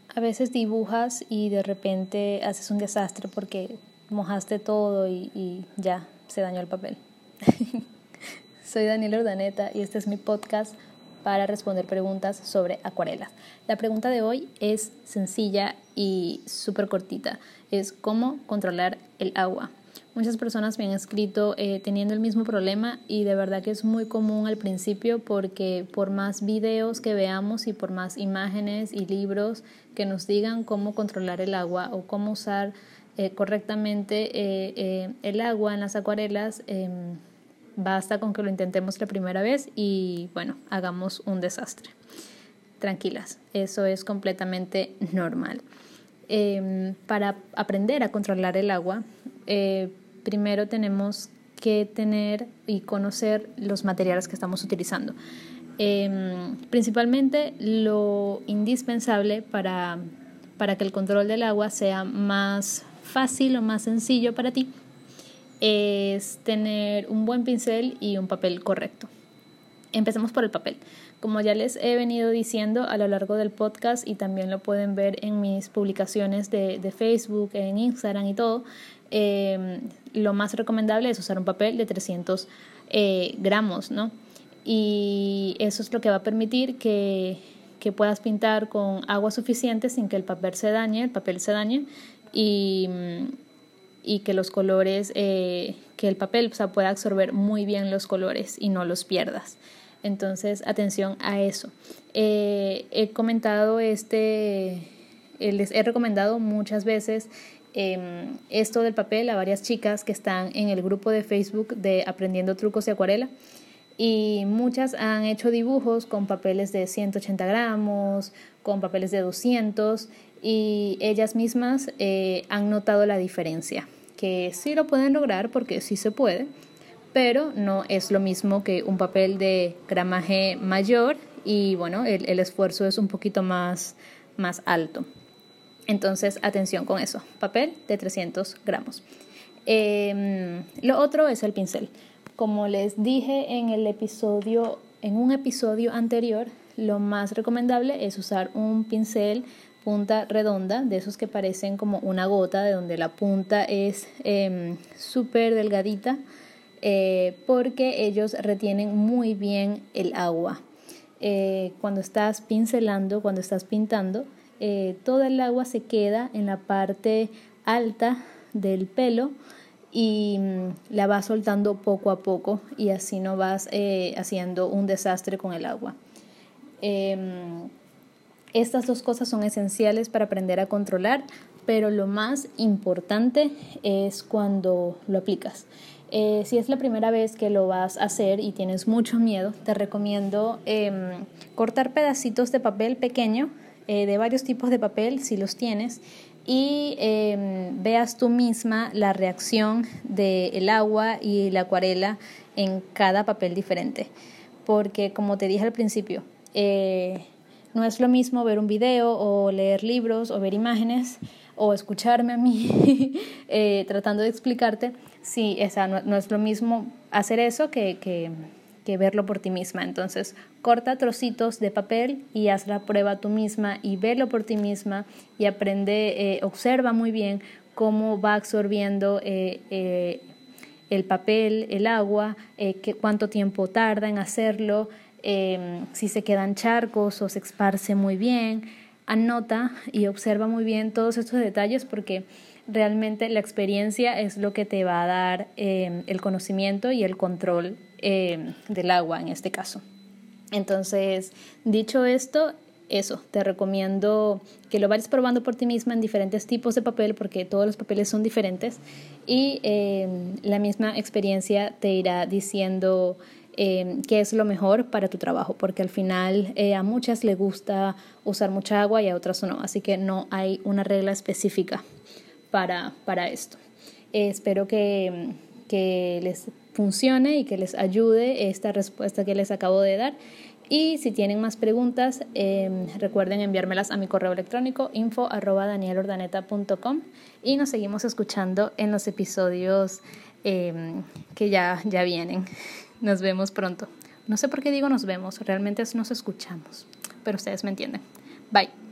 A veces dibujas y de repente haces un desastre porque mojaste todo y ya se dañó el papel. Soy Daniela Urdaneta y este es mi podcast para responder preguntas sobre acuarelas. La pregunta de hoy es sencilla y súper cortita. Es ¿cómo controlar el agua? Muchas personas me han escrito teniendo el mismo problema y de verdad que es muy común al principio porque por más videos que veamos y por más imágenes y libros que nos digan cómo controlar el agua o cómo usar correctamente el agua en las acuarelas, basta con que lo intentemos la primera vez y bueno, hagamos un desastre. Tranquilas, eso es completamente normal. Para aprender a controlar el agua, primero tenemos que tener y conocer los materiales que estamos utilizando. Principalmente lo indispensable para que el control del agua sea más fácil o más sencillo para ti es tener un buen pincel y un papel correcto. Empecemos por el papel. Como ya les he venido diciendo a lo largo del podcast y también lo pueden ver en mis publicaciones de Facebook, en Instagram y todo, lo más recomendable es usar un papel de 300 gramos, ¿no? Y eso es lo que va a permitir que puedas pintar con agua suficiente sin que el papel se dañe y que los colores, que el papel pueda absorber muy bien los colores y no los pierdas. Entonces, atención a eso. Les he recomendado muchas veces esto del papel a varias chicas que están en el grupo de Facebook de Aprendiendo Trucos de Acuarela y muchas han hecho dibujos con papeles de 180 gramos, con papeles de 200 y ellas mismas han notado la diferencia, que sí lo pueden lograr porque sí se puede, pero no es lo mismo que un papel de gramaje mayor y bueno, el esfuerzo es un poquito más alto. Entonces, atención con eso, papel de 300 gramos. Lo otro es el pincel. Como les dije en un episodio anterior, lo más recomendable es usar un pincel punta redonda, de esos que parecen como una gota, de donde la punta es súper delgadita, porque ellos retienen muy bien el agua. Cuando estás pincelando, cuando estás pintando, toda el agua se queda en la parte alta del pelo y la vas soltando poco a poco y así no vas haciendo un desastre con el agua. Estas dos cosas son esenciales para aprender a controlar, pero lo más importante es cuando lo aplicas. Si es la primera vez que lo vas a hacer y tienes mucho miedo, te recomiendo cortar pedacitos de papel pequeño, de varios tipos de papel si los tienes, y veas tú misma la reacción del agua y la acuarela en cada papel diferente. Porque como te dije al principio, no es lo mismo ver un video o leer libros o ver imágenes o escucharme a mí tratando de explicarte. Sí, no es lo mismo hacer eso que verlo por ti misma. Entonces, corta trocitos de papel y haz la prueba tú misma y velo por ti misma y aprende, observa muy bien cómo va absorbiendo el papel, el agua, cuánto tiempo tarda en hacerlo, si se quedan charcos o se esparce muy bien. Anota y observa muy bien todos estos detalles porque realmente la experiencia es lo que te va a dar el conocimiento y el control del agua en este caso. Entonces, dicho esto, te recomiendo que lo vayas probando por ti misma en diferentes tipos de papel porque todos los papeles son diferentes y la misma experiencia te irá diciendo qué es lo mejor para tu trabajo, porque al final a muchas les gusta usar mucha agua y a otras no, así que no hay una regla específica para esto. Espero que les funcione y que les ayude esta respuesta que les acabo de dar. Y si tienen más preguntas, recuerden enviármelas a mi correo electrónico info@danielordaneta.com y nos seguimos escuchando en los episodios que ya vienen. Nos vemos pronto. No sé por qué digo nos vemos, realmente nos escuchamos, pero ustedes me entienden. Bye.